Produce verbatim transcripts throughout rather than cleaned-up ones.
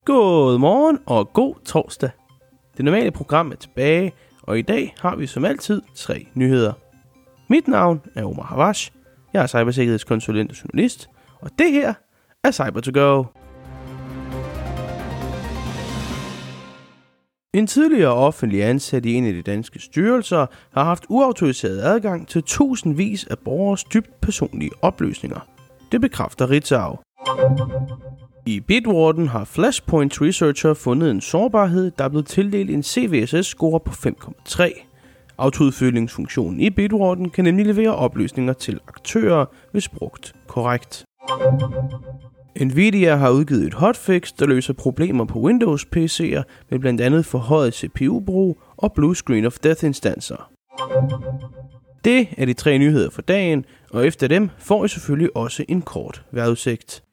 God morgen og god torsdag. Det normale program er tilbage, og i dag har vi som altid tre nyheder. Mit navn er Omar Havash, jeg er cybersikkerhedskonsulent og journalist, og det her er Cyber to Go. En tidligere offentlig ansat i en af de danske styrelser har haft uautoriseret adgang til tusindvis af borgeres dybt personlige oplysninger. Det bekræfter Ritzau. I Bitwarden har Flashpoint Researcher fundet en sårbarhed, der er blevet tildelt en C V S S-score på fem komma tre. Autoudfyldningsfunktionen i Bitwarden kan nemlig levere oplysninger til aktører, hvis brugt korrekt. Nvidia har udgivet et hotfix, der løser problemer på Windows P C'er med blandt andet forhøjet C P U-brug og blue screen of death instanser. Det er de tre nyheder for dagen, og efter dem får I selvfølgelig også en kort vejrudsigt.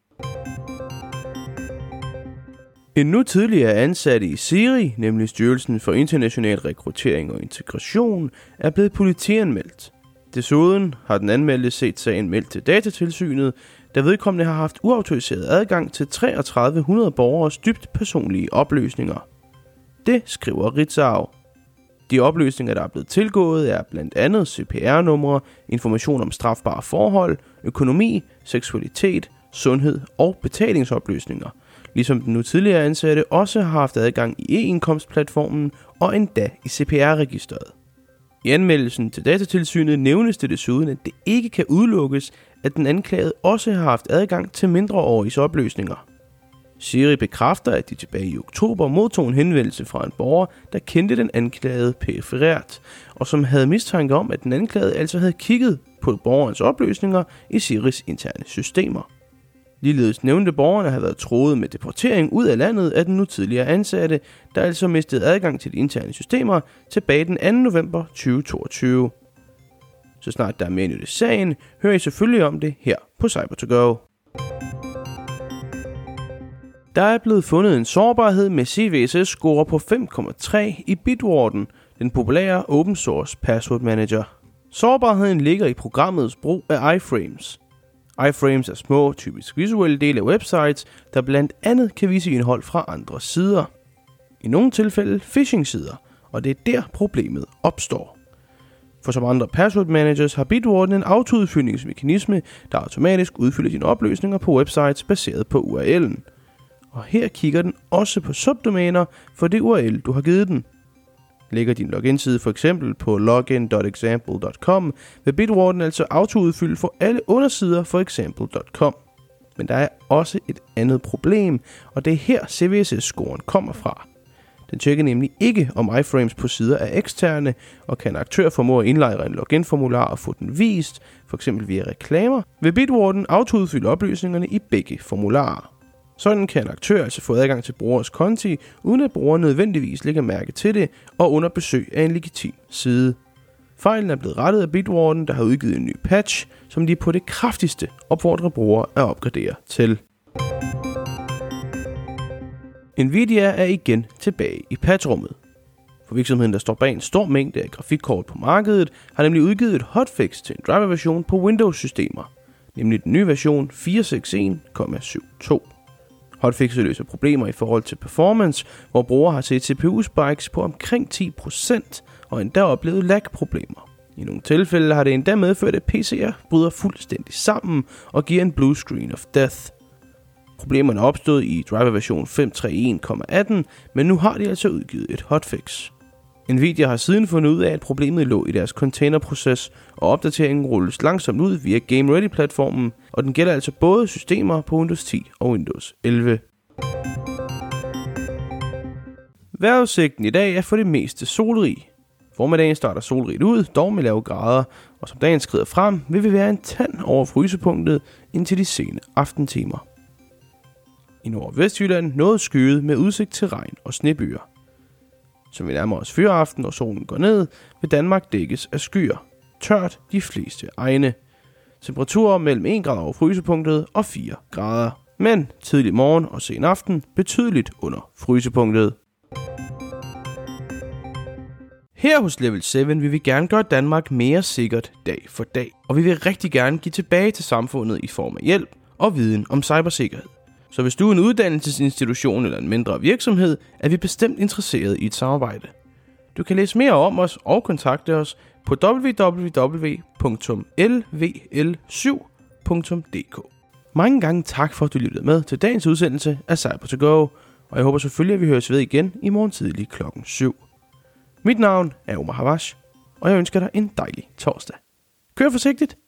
En nu tidligere ansat i SIRI, nemlig Styrelsen for International Rekruttering og Integration, er blevet politianmeldt. Desuden har den anmeldte set sagen meldt til Datatilsynet, da vedkommende har haft uautoriseret adgang til tre tusind tre hundrede borgeres dybt personlige oplysninger. Det skriver Ritzau. De oplysninger, der er blevet tilgået, er blandt andet C P R-numre, information om strafbare forhold, økonomi, seksualitet, sundhed og betalingsoplysninger, ligesom den nu tidligere ansatte også har haft adgang i e-indkomstplatformen og endda i C P R-registeret. I anmeldelsen til Datatilsynet nævnes det desuden, at det ikke kan udelukkes, at den anklagede også har haft adgang til mindreåriges oplysninger. SIRI bekræfter, at de tilbage i oktober modtog en henvendelse fra en borger, der kendte den anklagede periferet, og som havde mistanke om, at den anklagede altså havde kigget på borgerens oplysninger i SIRIs interne systemer. Ligeledes nævnte borgerne have været truet med deportering ud af landet af den nu tidligere ansatte, der altså mistede adgang til de interne systemer tilbage den anden november to tusind toogtyve. Så snart der er mere nyt i sagen, hører I selvfølgelig om det her på Cyber to Go. Der er blevet fundet en sårbarhed med C V S S-score på fem komma tre i Bitwarden, den populære open source password manager. Sårbarheden ligger i programmets brug af iframes. Iframes er små, typisk visuelle dele af websites, der blandt andet kan vise indhold fra andre sider. I nogle tilfælde phishing-sider, og det er der problemet opstår. For som andre password managers har Bitwarden en autoudfyldningsmekanisme, der automatisk udfylder dine oplysninger på websites baseret på U R L'en. Og her kigger den også på subdomæner for det U R L, du har givet den. Lægger din login-side for eksempel på login punktum example punktum com, vil Bitwarden altså autoudfylde for alle undersider for example punktum com. Men der er også et andet problem, og det er her C V S S-scoren kommer fra. Den tjekker nemlig ikke, om iframes på sider er eksterne, og kan en aktør formå at indlejre en login-formular og få den vist, f.eks. via reklamer, vil Bitwarden autoudfylde oplysningerne i begge formularer. Sådan kan en aktør altså få adgang til brugers konti, uden at brugeren nødvendigvis lægger mærke til det og under besøg af en legitim side. Fejlen er blevet rettet af Bitwarden, der har udgivet en ny patch, som de på det kraftigste opfordrer brugere at opgradere til. Nvidia er igen tilbage i patchrummet. For virksomheden, der står bag en stor mængde af grafikkort på markedet, har nemlig udgivet et hotfix til en driverversion på Windows-systemer, nemlig den nye version fire seks en komma syv to. Hotfixet løser problemer i forhold til performance, hvor brugere har set C P U-spikes på omkring ti procent og endda oplevet lag-problemer. I nogle tilfælde har det endda medført, at P C'er bryder fuldstændig sammen og giver en blue screen of death. Problemerne opstod i driverversion fem tre en komma atten, men nu har de altså udgivet et hotfix. Nvidia har siden fundet ud af, at problemet lå i deres containerproces, og opdateringen rulles langsomt ud via Game Ready-platformen, og den gælder altså både systemer på Windows ti og Windows elleve. Vejrudsigten i dag er for det meste solrig. Formiddagen starter solrigt ud, dog med lave grader, og som dagen skrider frem, vil vi være en tand over frysepunktet indtil de sene aftentimer. I Nord- og Vestjylland noget skyet med udsigt til regn og snebyer. Som vi nærmer os fyraften og solen går ned, vil Danmark dækkes af skyer. Tørt de fleste egne. Temperaturer mellem en grad over frysepunktet og fire grader. Men tidlig morgen og sen aften betydeligt under frysepunktet. Her hos Level syv vil vi gerne gøre Danmark mere sikkert dag for dag. Og vi vil rigtig gerne give tilbage til samfundet i form af hjælp og viden om cybersikkerhed. Så hvis du er en uddannelsesinstitution eller en mindre virksomhed, er vi bestemt interesseret i et samarbejde. Du kan læse mere om os og kontakte os på w w w punktum l v l syv punktum d k. Mange gange tak for, at du lyttede med til dagens udsendelse af Cyber to Go, og jeg håber selvfølgelig, at vi høres ved igen i morgen tidlig klokken syv. Mit navn er Omar Havash, og jeg ønsker dig en dejlig torsdag. Kør forsigtigt!